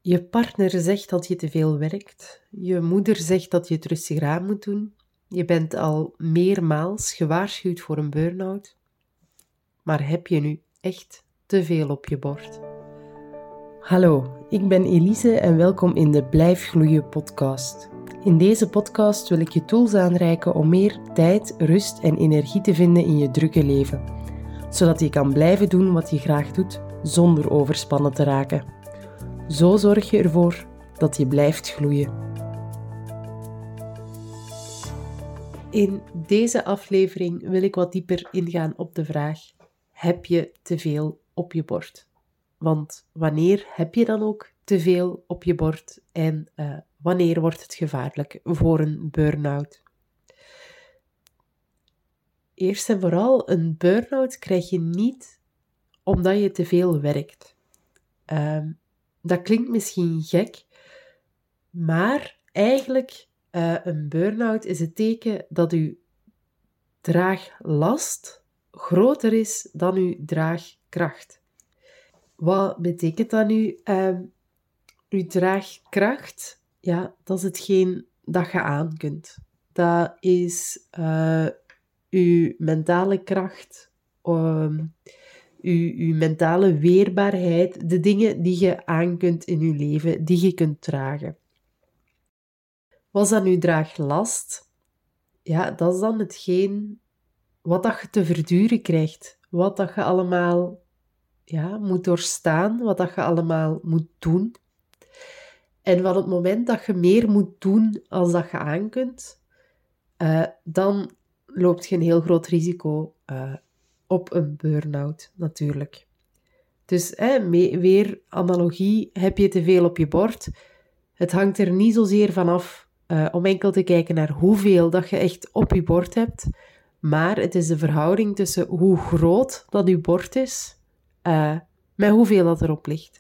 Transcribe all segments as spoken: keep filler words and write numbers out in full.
Je partner zegt dat je te veel werkt. Je moeder zegt dat je het rustig aan moet doen. Je bent al meermaals gewaarschuwd voor een burn-out. Maar heb je nu echt te veel op je bord? Hallo, ik ben Elise en welkom in de Blijf Gloeien podcast. In deze podcast wil ik je tools aanreiken om meer tijd, rust en energie te vinden in je drukke leven. Zodat je kan blijven doen wat je graag doet, zonder overspannen te raken. Zo zorg je ervoor dat je blijft gloeien. In deze aflevering wil ik wat dieper ingaan op de vraag: heb je te veel op je bord? Want wanneer heb je dan ook te veel op je bord en uh, wanneer wordt het gevaarlijk voor een burn-out? Eerst en vooral, een burn-out krijg je niet omdat je te veel werkt. Uh, dat klinkt misschien gek, maar eigenlijk uh, een burn-out is het teken dat uw draaglast groter is dan uw draagkracht. Wat betekent dat nu? Uh, uw draagkracht, ja, dat is hetgeen dat je aan kunt. Dat is uh, uw mentale kracht, um, uw, uw mentale weerbaarheid, de dingen die je aan kunt in je leven, die je kunt dragen. Was dat nu draaglast? Ja, dat is dan hetgeen wat dat je te verduren krijgt. Wat dat je allemaal ja, moet doorstaan, wat dat je allemaal moet doen. En van het moment dat je meer moet doen als dat je aan kunt, uh, dan loopt je een heel groot risico uh, op een burn-out natuurlijk. Dus hè, mee, weer analogie, heb je te veel op je bord? Het hangt er niet zozeer van af uh, om enkel te kijken naar hoeveel dat je echt op je bord hebt, maar het is de verhouding tussen hoe groot dat je bord is uh, met hoeveel dat erop ligt.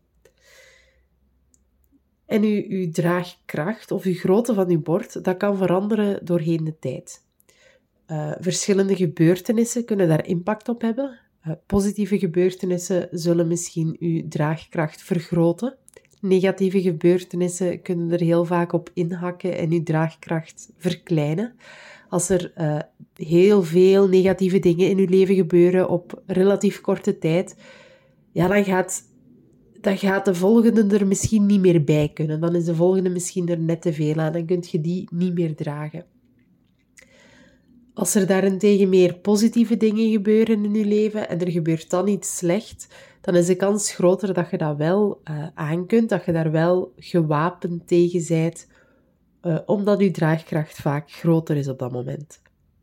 En uw, uw draagkracht of uw grootte van uw bord, dat kan veranderen doorheen de tijd. Uh, verschillende gebeurtenissen kunnen daar impact op hebben. Uh, positieve gebeurtenissen zullen misschien uw draagkracht vergroten. Negatieve gebeurtenissen kunnen er heel vaak op inhakken en uw draagkracht verkleinen. Als er uh, heel veel negatieve dingen in uw leven gebeuren op relatief korte tijd, ja, dan gaat, dan gaat de volgende er misschien niet meer bij kunnen. Dan is de volgende misschien er net te veel aan. Dan kun je die niet meer dragen. Als er daarentegen meer positieve dingen gebeuren in je leven en er gebeurt dan iets slecht, dan is de kans groter dat je dat wel uh, aan kunt, dat je daar wel gewapend tegen bent, uh, omdat je draagkracht vaak groter is op dat moment.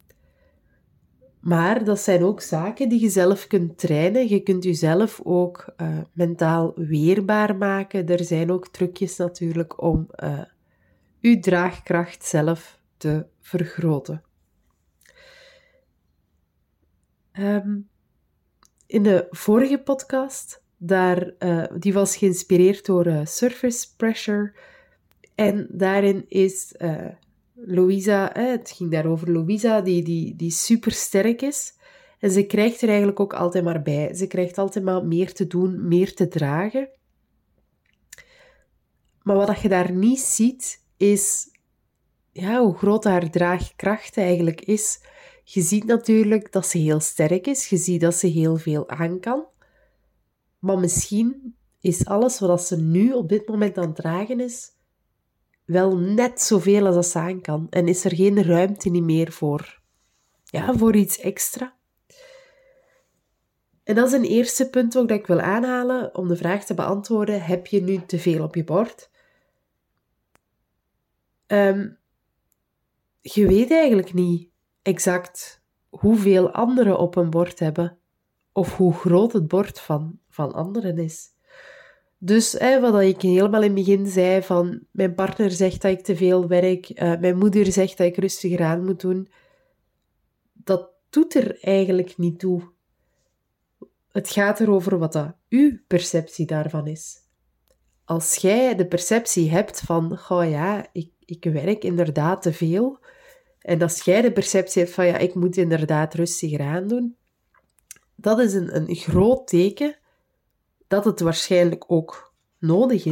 Maar dat zijn ook zaken die je zelf kunt trainen. Je kunt jezelf ook uh, mentaal weerbaar maken. Er zijn ook trucjes natuurlijk om uh, je draagkracht zelf te vergroten. Um, in de vorige podcast, daar, uh, die was geïnspireerd door uh, Surface Pressure. En daarin is uh, Louisa, eh, het ging daar over Louisa, die, die, die super sterk is. En ze krijgt er eigenlijk ook altijd maar bij. Ze krijgt altijd maar meer te doen, meer te dragen. Maar wat je daar niet ziet, is ja, hoe groot haar draagkracht eigenlijk is. Je ziet natuurlijk dat ze heel sterk is. Je ziet dat ze heel veel aan kan. Maar misschien is alles wat ze nu op dit moment aan het dragen is, wel net zoveel als dat ze aan kan. En is er geen ruimte niet meer voor, ja, voor iets extra. En dat is een eerste punt ook dat ik wil aanhalen om de vraag te beantwoorden: heb je nu te veel op je bord? Um, je weet eigenlijk niet exact hoeveel anderen op een bord hebben of hoe groot het bord van, van anderen is. Dus hè, wat ik helemaal in het begin zei van mijn partner zegt dat ik te veel werk, uh, mijn moeder zegt dat ik rustiger aan moet doen, dat doet er eigenlijk niet toe. Het gaat erover wat dat uw perceptie daarvan is. Als jij de perceptie hebt van, oh ja, ik, ik werk inderdaad te veel, en als jij de perceptie hebt van, ja, ik moet inderdaad rustiger aandoen, dat is een, een groot teken dat het waarschijnlijk ook nodig is.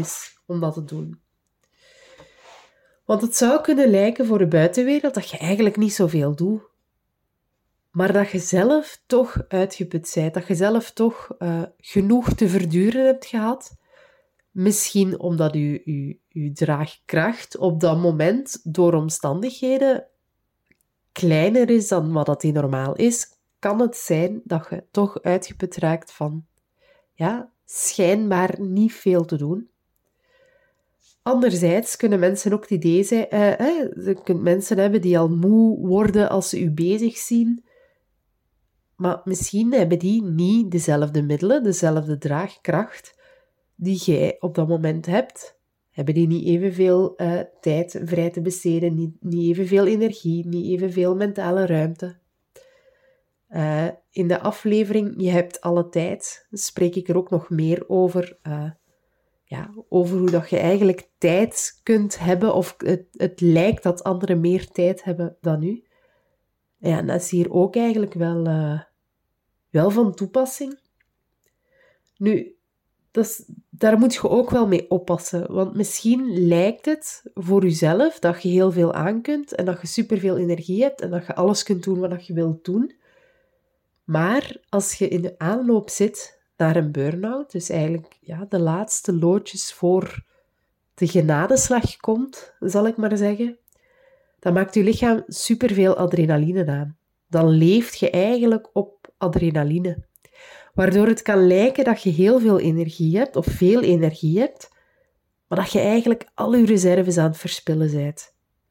om dat te doen. Want het zou kunnen lijken voor de buitenwereld dat je eigenlijk niet zoveel doet. Maar dat je zelf toch uitgeput bent. Dat je zelf toch uh, genoeg te verduren hebt gehad. Misschien omdat je, je, je draagkracht op dat moment door omstandigheden kleiner is dan wat dat die normaal is. Kan het zijn dat je toch uitgeput raakt van ja, schijnbaar niet veel te doen. Anderzijds kunnen mensen ook het idee zijn... Uh, uh, je kunt mensen hebben die al moe worden als ze u bezig zien. Maar misschien hebben die niet dezelfde middelen, dezelfde draagkracht die jij op dat moment hebt. Hebben die niet evenveel uh, tijd vrij te besteden, niet, niet evenveel energie, niet evenveel mentale ruimte. Uh, in de aflevering Je hebt alle tijd spreek ik er ook nog meer over... Uh, Ja, over hoe dat je eigenlijk tijd kunt hebben, of het, het lijkt dat anderen meer tijd hebben dan u. Ja, en dat is hier ook eigenlijk wel, uh, wel van toepassing. Nu, dat is, daar moet je ook wel mee oppassen, want misschien lijkt het voor jezelf dat je heel veel aan kunt en dat je superveel energie hebt en dat je alles kunt doen wat je wilt doen. Maar als je in de aanloop zit naar een burn-out, dus eigenlijk ja, de laatste loodjes voor de genadeslag komt, zal ik maar zeggen, dan maakt je lichaam superveel adrenaline aan. Dan leeft je eigenlijk op adrenaline. Waardoor het kan lijken dat je heel veel energie hebt, of veel energie hebt, maar dat je eigenlijk al je reserves aan het verspillen bent.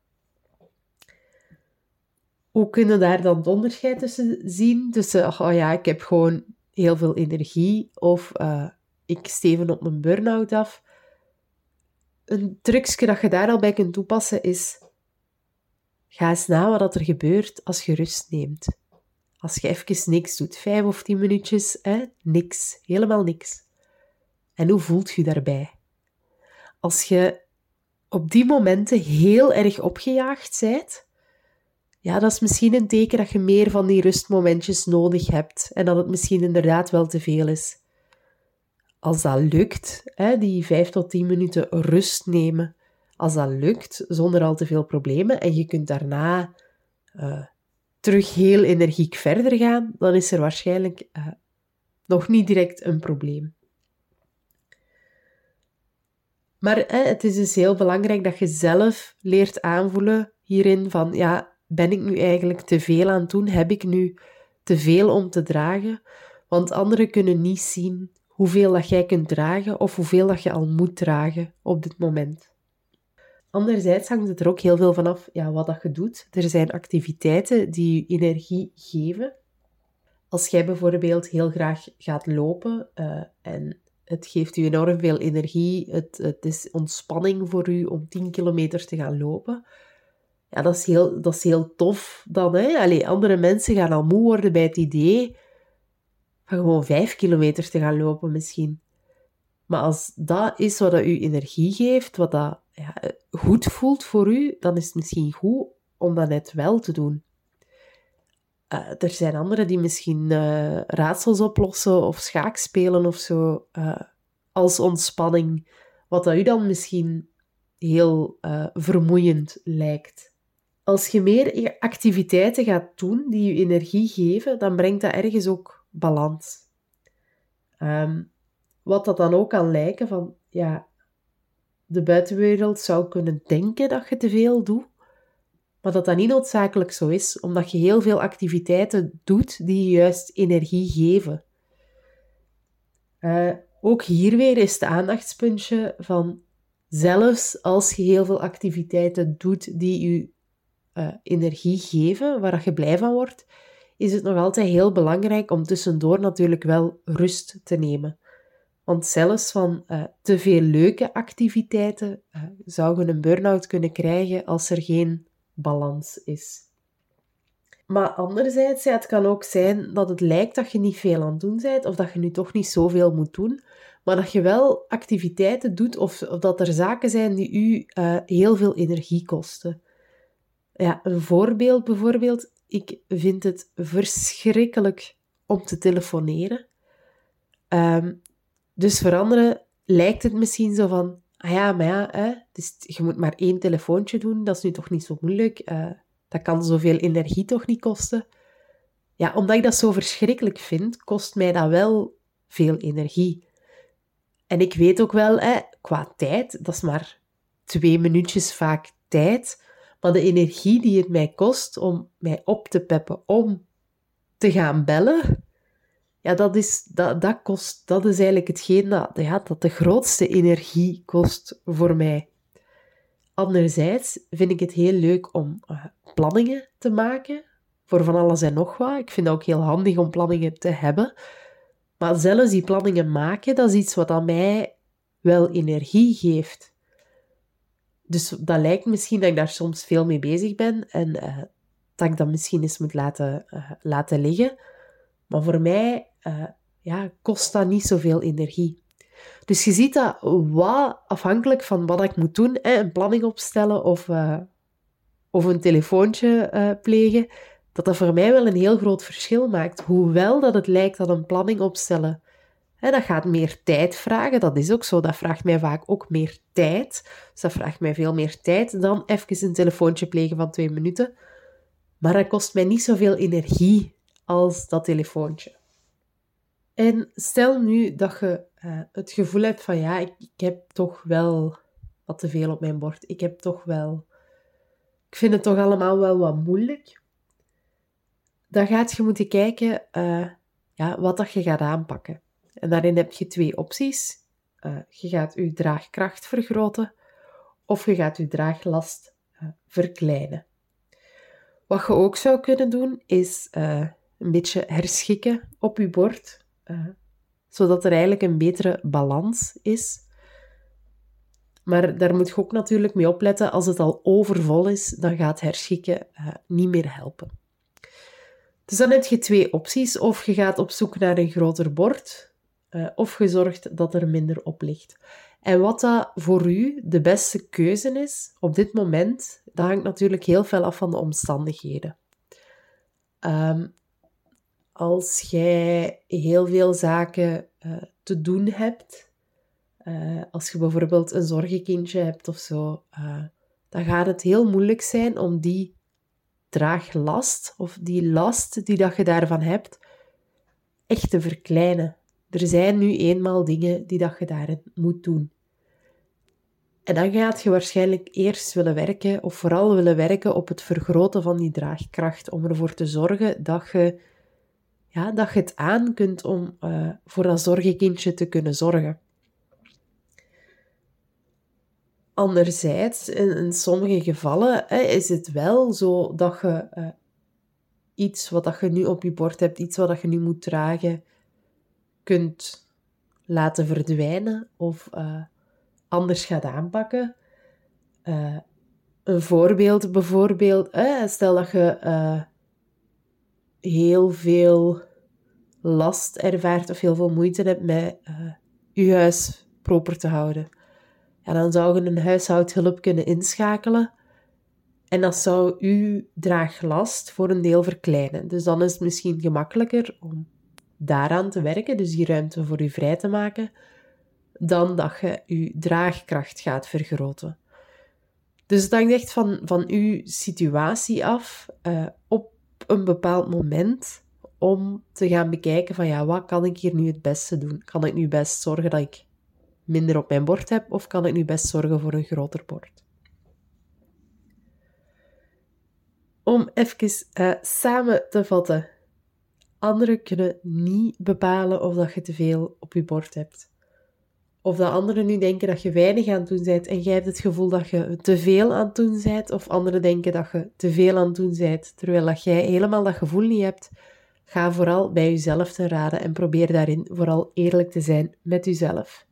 Hoe kun je daar dan het onderscheid tussen zien? Tussen, oh ja, ik heb gewoon heel veel energie, of uh, ik steven op mijn burn-out af. Een trucje dat je daar al bij kunt toepassen is, ga eens na wat er gebeurt als je rust neemt. Als je even niks doet, vijf of tien minuutjes, hè? Niks, helemaal niks. En hoe voelt je daarbij? Als je op die momenten heel erg opgejaagd bent, ja, dat is misschien een teken dat je meer van die rustmomentjes nodig hebt en dat het misschien inderdaad wel te veel is. Als dat lukt, hè, die vijf tot tien minuten rust nemen, als dat lukt zonder al te veel problemen en je kunt daarna uh, terug heel energiek verder gaan, dan is er waarschijnlijk uh, nog niet direct een probleem. Maar hè, het is dus heel belangrijk dat je zelf leert aanvoelen hierin van, ja, ben ik nu eigenlijk te veel aan het doen? Heb ik nu te veel om te dragen? Want anderen kunnen niet zien hoeveel dat jij kunt dragen of hoeveel dat je al moet dragen op dit moment. Anderzijds hangt het er ook heel veel vanaf ja, wat dat je doet. Er zijn activiteiten die je energie geven. Als jij bijvoorbeeld heel graag gaat lopen uh, en het geeft je enorm veel energie, het, het is ontspanning voor u om tien kilometer te gaan lopen. Ja, dat is heel, dat is heel tof dan. Hè? Allee, andere mensen gaan al moe worden bij het idee van gewoon vijf kilometer te gaan lopen misschien. Maar als dat is wat dat u energie geeft, wat dat ja, goed voelt voor u, dan is het misschien goed om dat net wel te doen. Uh, er zijn anderen die misschien uh, raadsels oplossen of schaakspelen of zo uh, als ontspanning, wat dat u dan misschien heel uh, vermoeiend lijkt. Als je meer activiteiten gaat doen die je energie geven, dan brengt dat ergens ook balans. Um, wat dat dan ook kan lijken van, ja, de buitenwereld zou kunnen denken dat je te veel doet, maar dat dat niet noodzakelijk zo is, omdat je heel veel activiteiten doet die je juist energie geven. Uh, ook hier weer is het aandachtspuntje van, zelfs als je heel veel activiteiten doet die je uh, energie geven, waar je blij van wordt, is het nog altijd heel belangrijk om tussendoor natuurlijk wel rust te nemen. Want zelfs van uh, te veel leuke activiteiten uh, zou je een burn-out kunnen krijgen als er geen balans is. Maar anderzijds, ja, het kan ook zijn dat het lijkt dat je niet veel aan het doen bent, of dat je nu toch niet zoveel moet doen, maar dat je wel activiteiten doet, of, of dat er zaken zijn die u uh, heel veel energie kosten. Ja, een voorbeeld bijvoorbeeld, ik vind het verschrikkelijk om te telefoneren. Um, dus voor anderen lijkt het misschien zo van, ah ja, maar ja, hè, dus je moet maar één telefoontje doen, dat is nu toch niet zo moeilijk. Uh, dat kan zoveel energie toch niet kosten. Ja, omdat ik dat zo verschrikkelijk vind, kost mij dat wel veel energie. En ik weet ook wel, hè, qua tijd, dat is maar twee minuutjes vaak tijd, maar de energie die het mij kost om mij op te peppen, om te gaan bellen, ja, dat is, dat, dat kost, dat is eigenlijk hetgeen dat, ja, dat de grootste energie kost voor mij. Anderzijds vind ik het heel leuk om uh, planningen te maken, voor van alles en nog wat. Ik vind het ook heel handig om planningen te hebben. Maar zelfs die planningen maken, dat is iets wat aan mij wel energie geeft. Dus dat lijkt misschien dat ik daar soms veel mee bezig ben en uh, dat ik dat misschien eens moet laten, uh, laten liggen. Maar voor mij uh, ja, kost dat niet zoveel energie. Dus je ziet dat wat afhankelijk van wat ik moet doen, hè, een planning opstellen of, uh, of een telefoontje uh, plegen, dat dat voor mij wel een heel groot verschil maakt. Hoewel dat het lijkt dat een planning opstellen, hè, dat gaat meer tijd vragen. Dat is ook zo. Dat vraagt mij vaak ook meer tijd. Dus dat vraagt mij veel meer tijd dan even een telefoontje plegen van twee minuten. Maar dat kost mij niet zoveel energie als dat telefoontje. En stel nu dat je uh, het gevoel hebt van ja, ik, ik heb toch wel wat te veel op mijn bord. Ik heb toch wel... Ik vind het toch allemaal wel wat moeilijk. Dan gaat je moeten kijken uh, ja, wat dat je gaat aanpakken. En daarin heb je twee opties. Uh, je gaat je draagkracht vergroten of je gaat je draaglast uh, verkleinen. Wat je ook zou kunnen doen is uh, een beetje herschikken op je bord. Uh, zodat er eigenlijk een betere balans is. Maar daar moet je ook natuurlijk mee opletten. Als het al overvol is, dan gaat herschikken uh, niet meer helpen. Dus dan heb je twee opties. Of je gaat op zoek naar een groter bord, uh, of je zorgt dat er minder op ligt. En wat dat voor u de beste keuze is op dit moment, dat hangt natuurlijk heel veel af van de omstandigheden. Um, Als jij heel veel zaken uh, te doen hebt, uh, als je bijvoorbeeld een zorgenkindje hebt of zo, uh, dan gaat het heel moeilijk zijn om die draaglast of die last die dat je daarvan hebt, echt te verkleinen. Er zijn nu eenmaal dingen die dat je daarin moet doen. En dan gaat je waarschijnlijk eerst willen werken, of vooral willen werken op het vergroten van die draagkracht, om ervoor te zorgen dat je Ja, dat je het aan kunt om uh, voor dat zorgenkindje te kunnen zorgen. Anderzijds, in, in sommige gevallen hè, is het wel zo dat je uh, iets wat dat je nu op je bord hebt, iets wat dat je nu moet dragen, kunt laten verdwijnen of uh, anders gaat aanpakken. Uh, een voorbeeld bijvoorbeeld, hè, stel dat je uh, heel veel last ervaart of heel veel moeite hebt met uh, je huis proper te houden. Ja, dan zou je een huishoudhulp kunnen inschakelen en dat zou uw draaglast voor een deel verkleinen. Dus dan is het misschien gemakkelijker om daaraan te werken, dus die ruimte voor u vrij te maken, dan dat je je draagkracht gaat vergroten. Dus het hangt echt van, van uw situatie af uh, op een bepaald moment om te gaan bekijken van ja, wat kan ik hier nu het beste doen? Kan ik nu best zorgen dat ik minder op mijn bord heb of kan ik nu best zorgen voor een groter bord? Om even uh, samen te vatten. Anderen kunnen niet bepalen of dat je te veel op je bord hebt. Of dat anderen nu denken dat je weinig aan het doen bent en jij hebt het gevoel dat je te veel aan het doen bent. Of anderen denken dat je te veel aan het doen bent, terwijl dat jij helemaal dat gevoel niet hebt. Ga vooral bij jezelf te raden en probeer daarin vooral eerlijk te zijn met jezelf.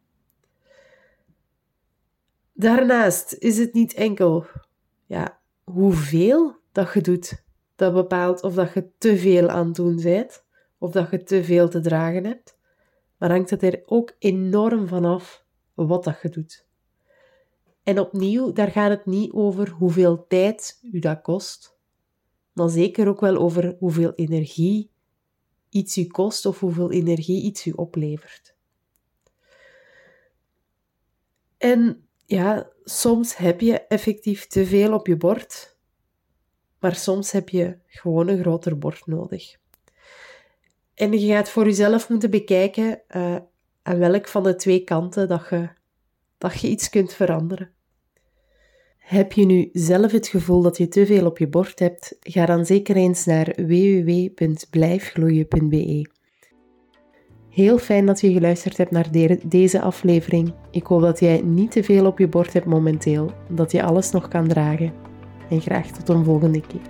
Daarnaast is het niet enkel ja, hoeveel dat je doet, dat bepaalt of dat je te veel aan het doen bent, of dat je te veel te dragen hebt. Maar hangt het er ook enorm vanaf wat dat je doet. En opnieuw, daar gaat het niet over hoeveel tijd u dat kost, maar zeker ook wel over hoeveel energie iets u kost of hoeveel energie iets u oplevert. En ja, soms heb je effectief te veel op je bord, maar soms heb je gewoon een groter bord nodig. En je gaat voor jezelf moeten bekijken uh, aan welk van de twee kanten dat je, dat je iets kunt veranderen. Heb je nu zelf het gevoel dat je te veel op je bord hebt, ga dan zeker eens naar w w w punt blijf gloeien punt b e. Heel fijn dat je geluisterd hebt naar de- deze aflevering. Ik hoop dat jij niet te veel op je bord hebt momenteel, dat je alles nog kan dragen. En graag tot een volgende keer.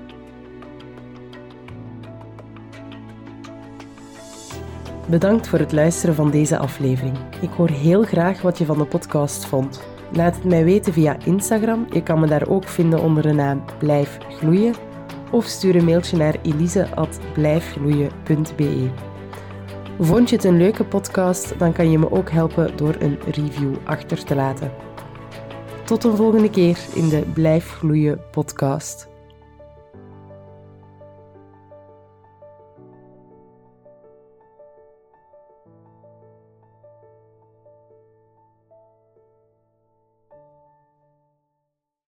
Bedankt voor het luisteren van deze aflevering. Ik hoor heel graag wat je van de podcast vond. Laat het mij weten via Instagram. Je kan me daar ook vinden onder de naam Blijf Gloeien. Of stuur een mailtje naar elise at blijf gloeien punt b e. Vond je het een leuke podcast, dan kan je me ook helpen door een review achter te laten. Tot een volgende keer in de Blijf Gloeien podcast.